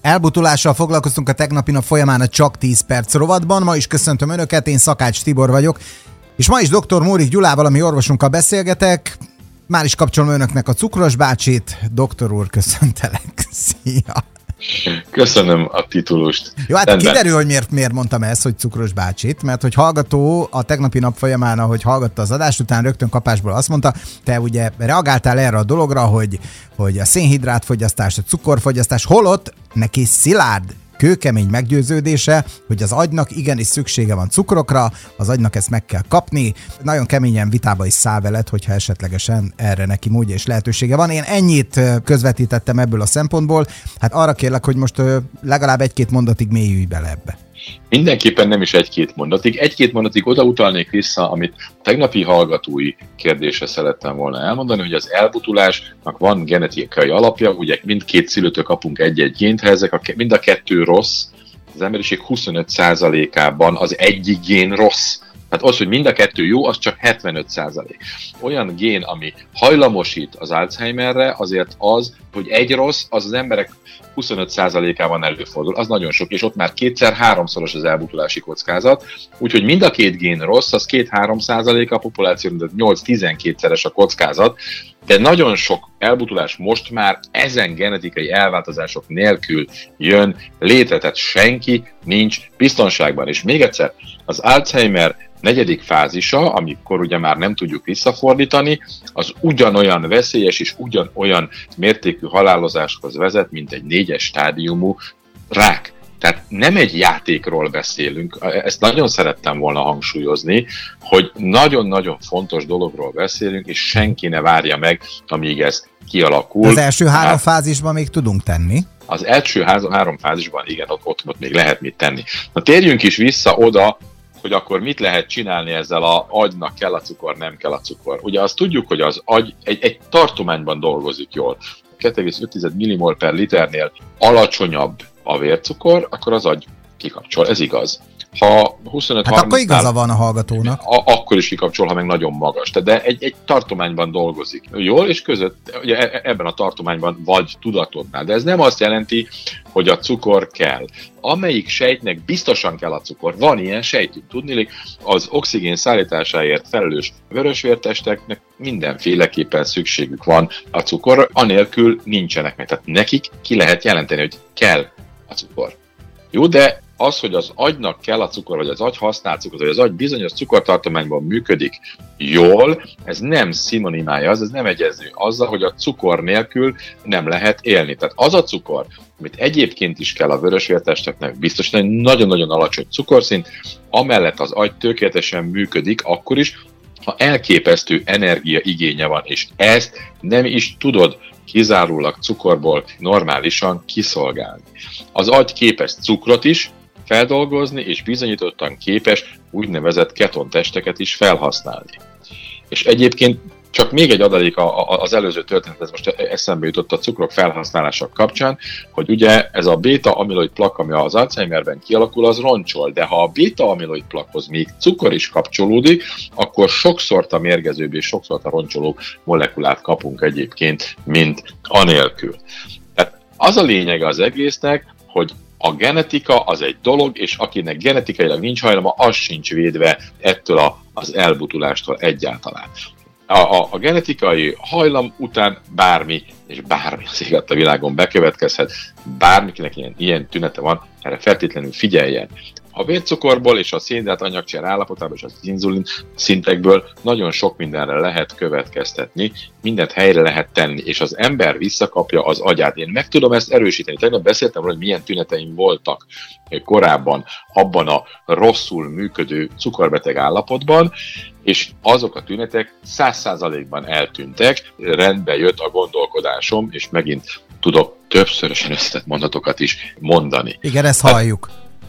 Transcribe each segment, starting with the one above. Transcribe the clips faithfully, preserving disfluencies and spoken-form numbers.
Elbutulással foglalkoztunk a tegnapi nap folyamán a Csak tíz perc rovatban. Ma is köszöntöm Önöket, én Szakács Tibor vagyok, és ma is dr. Mórik Gyulával, ami orvosunkkal beszélgetek. Már is kapcsolom Önöknek a Cukros bácsit. Doktor úr, köszöntelek. Szia! Köszönöm a titulust. Jó, hát Rendben. Kiderül, hogy miért, miért mondtam ezt, hogy Cukros bácsit, mert hogy hallgató a tegnapi nap folyamán, ahogy hallgatta az adást, után rögtön kapásból azt mondta, te ugye reagáltál erre a dologra, hogy, hogy a szénhidrátfogyasztás, a cukorfogyasztás, holott neki szilárd, kőkemény meggyőződése, hogy az agynak igenis szüksége van cukrokra, az agynak ezt meg kell kapni. Nagyon keményen vitába is száll veled, hogyha esetlegesen erre neki módja és lehetősége van. Én ennyit közvetítettem ebből a szempontból. Hát arra kérlek, hogy most legalább egy-két mondatig mélyülj bele ebbe. Mindenképpen nem is egy-két mondatig. Egy-két mondatig odautalnék vissza, amit tegnapi hallgatói kérdésre szerettem volna elmondani, hogy az elbutulásnak van genetikai alapja, ugye mindkét szülőtől kapunk egy-egy gént, ha ezek a, mind a kettő rossz, az emberiség huszonöt százalékában az egyik gén rossz. Tehát az, hogy mind a kettő jó, az csak hetvenöt százalék. Olyan gén, ami hajlamosít az Alzheimerre, azért az, hogy egy rossz, az az emberek huszonöt százalékában előfordul. Az nagyon sok, és ott már kétszer-háromszoros az elbutulási kockázat. Úgyhogy mind a két gén rossz, az két-három százalék a populáció, de nyolc-tizenkétszeres a kockázat. De nagyon sok elbutulás most már ezen genetikai elváltozások nélkül jön létre, tehát senki nincs biztonságban. És még egyszer, az Alzheimer negyedik fázisa, amikor ugye már nem tudjuk visszafordítani, az ugyanolyan veszélyes és ugyanolyan mértékű halálozáshoz vezet, mint egy négyes stádiumú rák. Tehát nem egy játékról beszélünk, ezt nagyon szerettem volna hangsúlyozni, hogy nagyon-nagyon fontos dologról beszélünk, és senki ne várja meg, amíg ez kialakul. Az első három hát, fázisban még tudunk tenni. Az első három fázisban igen, ott, ott, ott még lehet mit tenni. Na térjünk is vissza oda, hogy akkor mit lehet csinálni ezzel a agynak kell a cukor, nem kell a cukor. Ugye azt tudjuk, hogy az agy egy, egy tartományban dolgozik jól. kettő egész öt millimol per liternél alacsonyabb a vércukor, akkor az agy kikapcsol, ez igaz. Ha huszonöt hát akkor igaza van a hallgatónak. A, akkor is kikapcsol, ha meg nagyon magas. De egy, egy tartományban dolgozik jól, és között, ugye ebben a tartományban vagy tudatodnál. De ez nem azt jelenti, hogy a cukor kell. Amelyik sejtnek biztosan kell a cukor, van ilyen sejtünk, tudniillik, az oxigén szállításáért felelős vörösvértesteknek mindenféleképpen szükségük van a cukor, anélkül nincsenek meg. Tehát nekik ki lehet jelenteni, hogy kell a cukor. Jó, de az, hogy az agynak kell a cukor, vagy az agy használ cukrot, vagy az agy bizonyos cukortartományban működik jól, ez nem szinonimája, az, ez nem egyező azzal, hogy a cukor nélkül nem lehet élni. Tehát az a cukor, amit egyébként is kell a vörösvértesteknek biztosan, egy nagyon-nagyon alacsony cukorszint, amellett az agy tökéletesen működik akkor is, ha elképesztő energiaigénye van, és ezt nem is tudod kizárólag cukorból normálisan kiszolgálni. Az agy képes cukrot is feldolgozni, és bizonyítottan képes úgynevezett ketontesteket is felhasználni. És egyébként csak még egy adalék az előző történethez, most eszembe jutott a cukrok felhasználása kapcsán, hogy ugye ez a béta-amiloid plak, ami az Alzheimerben kialakul, az roncsol, de ha a béta-amiloid plakhoz még cukor is kapcsolódik, akkor sokszor a mérgezőbb és sokszor a roncsolóbb molekulát kapunk egyébként, mint anélkül. Tehát az a lényege az egésznek, hogy a genetika az egy dolog, és akinek genetikailag nincs hajlama, az sincs védve ettől a, az elbutulástól egyáltalán. A, a, a genetikai hajlam után bármi, és bármi az élet a világon bekövetkezhet, bármikinek ilyen, ilyen tünete van, erre feltétlenül figyeljen. A vércukorból és a szénhidrát anyagcsere állapotából és az inzulin szintekből nagyon sok mindenre lehet következtetni, mindent helyre lehet tenni, és az ember visszakapja az agyát. Én meg tudom ezt erősíteni. Tegnap beszéltem róla, hogy milyen tüneteim voltak korábban abban a rosszul működő cukorbeteg állapotban, és azok a tünetek száz százalékban eltűntek, rendbe jött a gondolkodásom, és megint tudok többszörösen összetett mondatokat is mondani. Igen, ezt halljuk.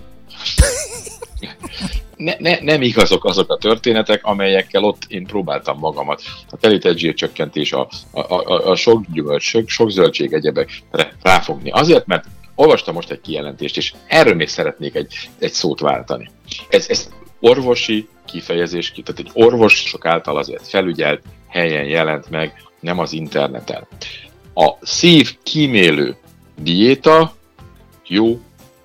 Ne, ne, nem igazok azok a történetek, amelyekkel ott én próbáltam magamat. A telített zsírcsökkentés, a, a, a, a sok gyümölcs, sok, sok zöldség egyebekre ráfogni. Azért, mert olvastam most egy kijelentést, és erről még szeretnék egy, egy szót váltani. Ez, ez orvosi kifejezés, tehát egy orvosok által azért felügyelt helyen jelent meg, nem az interneten. A szív kímélő diéta jó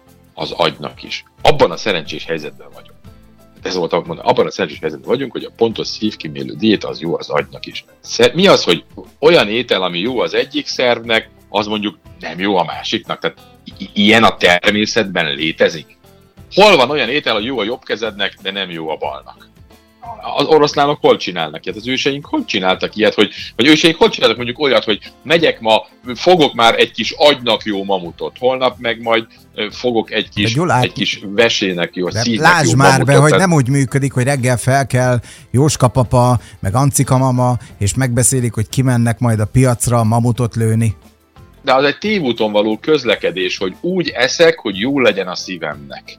az agynak is. Abban a szerencsés helyzetben vagyunk. Ez volt, amit mondom, abban a szerencsés helyzetben vagyunk, hogy a pontos szívkímélő diéta az jó az agynak is. Mi az, hogy olyan étel, ami jó az egyik szervnek, az mondjuk nem jó a másiknak? Tehát i- ilyen a természetben létezik? Hol van olyan étel, hogy jó a jobb kezednek, de nem jó a balnak? Az oroszlánok hol csinálnak ilyet? Az őseink hol csináltak ilyet? Hogy, vagy őseink hol csináltak mondjuk olyat, hogy megyek ma, fogok már egy kis agynak jó mamutot, holnap meg majd fogok egy kis, Gyulát, egy kis vesének jó, szívnek lásd jó már mamutot. be, hogy nem úgy működik, hogy reggel fel kell Jóska papa, meg Ancika mama, és megbeszélik, hogy kimennek majd a piacra mamutot lőni. De az egy tévúton való közlekedés, hogy úgy eszek, hogy jó legyen a szívemnek.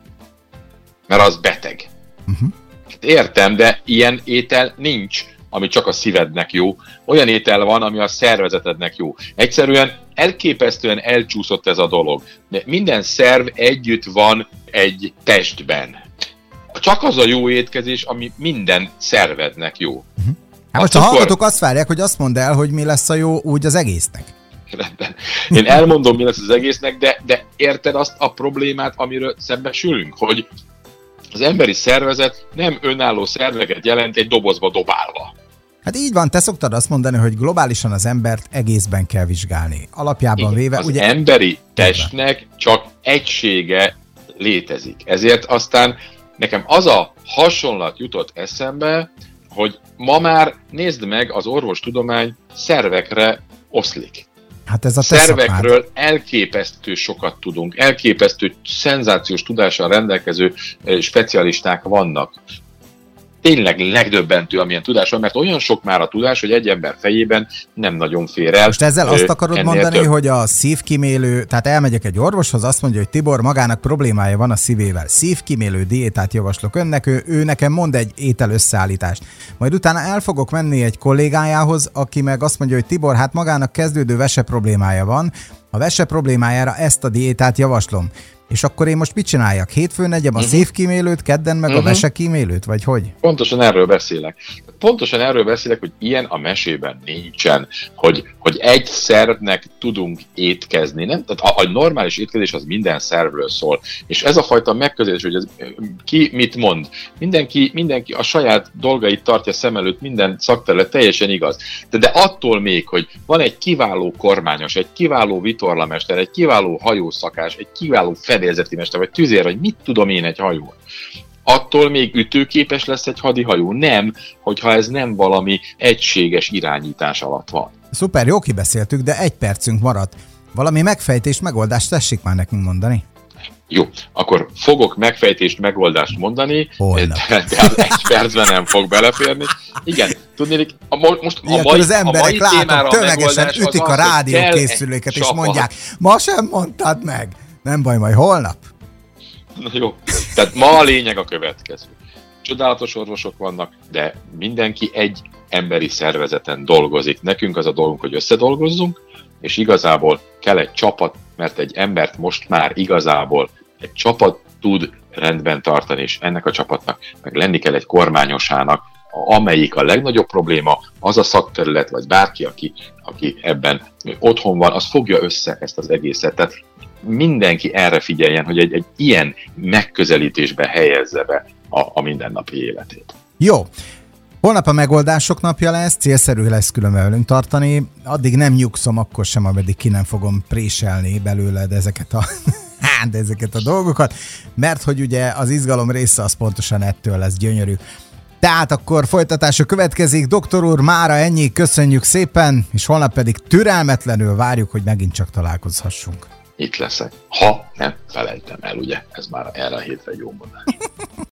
Mert az beteg. Uh-huh. Értem, de ilyen étel nincs, ami csak a szívednek jó. Olyan étel van, ami a szervezetednek jó. Egyszerűen elképesztően elcsúszott ez a dolog. De minden szerv együtt van egy testben. Csak az a jó étkezés, ami minden szervednek jó. Uh-huh. Hát most a cukor... hallgatók azt várják, hogy azt mondd el, hogy mi lesz a jó úgy az egésznek. Rendben. Én elmondom, mi lesz az egésznek, de, de érted azt a problémát, amiről szembesülünk, hogy az emberi szervezet nem önálló szerveket jelent egy dobozba dobálva. Hát így van, te szoktad azt mondani, hogy globálisan az embert egészben kell vizsgálni. Alapjában véve... Az ugye... emberi testnek csak egysége létezik. Ezért aztán nekem az a hasonlat jutott eszembe, hogy ma már nézd meg, az orvostudomány szervekre oszlik. Hát ez a szervekről elképesztő sokat tudunk, elképesztő szenzációs tudással rendelkező specialisták vannak. Tényleg legdöbbentő, amilyen tudás van, mert olyan sok már a tudás, hogy egy ember fejében nem nagyon fér el. Most ezzel azt akarod mondani, több. hogy a szívkímélő, tehát elmegyek egy orvoshoz, azt mondja, hogy Tibor, magának problémája van a szívével. Szívkímélő diétát javaslok önnek, ő, ő nekem mond egy étel összeállítást. Majd utána el fogok menni egy kollégájához, aki meg azt mondja, hogy Tibor, hát magának kezdődő vese problémája van, a vese problémájára ezt a diétát javaslom. És akkor én most mit csináljak? Hétfőn egyem a uh-huh. szívkímélőt, kedden meg uh-huh. a vesekímélőt, vagy hogy? Pontosan erről beszélek. Pontosan erről beszélek, hogy ilyen a mesében nincsen, hogy, hogy egy szervnek tudunk étkezni. Nem? Tehát a, a normális étkezés az minden szervről szól. És ez a fajta megközelítés, hogy ez, ki mit mond. Mindenki, mindenki a saját dolgait tartja szem előtt, minden szakterület teljesen igaz. De, de attól még, hogy van egy kiváló kormányos, egy kiváló vitorlamester, egy kiváló hajószakás, egy kiváló fedélzeti mester, vagy tüzér, vagy mit tudom én egy hajó. Attól még ütőképes lesz egy hadihajó? Nem, hogyha ez nem valami egységes irányítás alatt van. Szuper, jó kibeszéltük, de egy percünk maradt. Valami megfejtést, megoldást tessék már nekünk mondani. Jó, akkor fogok megfejtést, megoldást mondani, Holnap. de, de az egy percben nem fog beleférni. Igen, tudnék, a, most a mai, az emberek látom, tömegesen ütik a, a rádiókészüléket, és mondják, ma sem mondtad meg. Nem baj, majd holnap. Na jó, tehát ma a lényeg a következő. Csodálatos orvosok vannak, de mindenki egy emberi szervezeten dolgozik. Nekünk az a dolgunk, hogy összedolgozzunk, és igazából kell egy csapat, mert egy embert most már igazából egy csapat tud rendben tartani, és ennek a csapatnak meg lenni kell egy kormányosának, amelyik a legnagyobb probléma, az a szakterület, vagy bárki, aki, aki ebben otthon van, az fogja össze ezt az egészet. Tehát mindenki erre figyeljen, hogy egy, egy ilyen megközelítésbe helyezze be a, a mindennapi életét. Jó. Holnap a megoldások napja lesz, célszerű lesz különben velünk tartani. Addig nem nyugszom, akkor sem, ameddig ki nem fogom préselni belőled ezeket a, de ezeket a dolgokat, mert hogy ugye az izgalom része az pontosan ettől lesz gyönyörű. Tehát akkor folytatása következik. Doktor úr, mára ennyi, köszönjük szépen, és holnap pedig türelmetlenül várjuk, hogy megint csak találkozhassunk. Itt leszek. Ha nem felejtem el, ugye? Ez már erre a hétre jó mondás.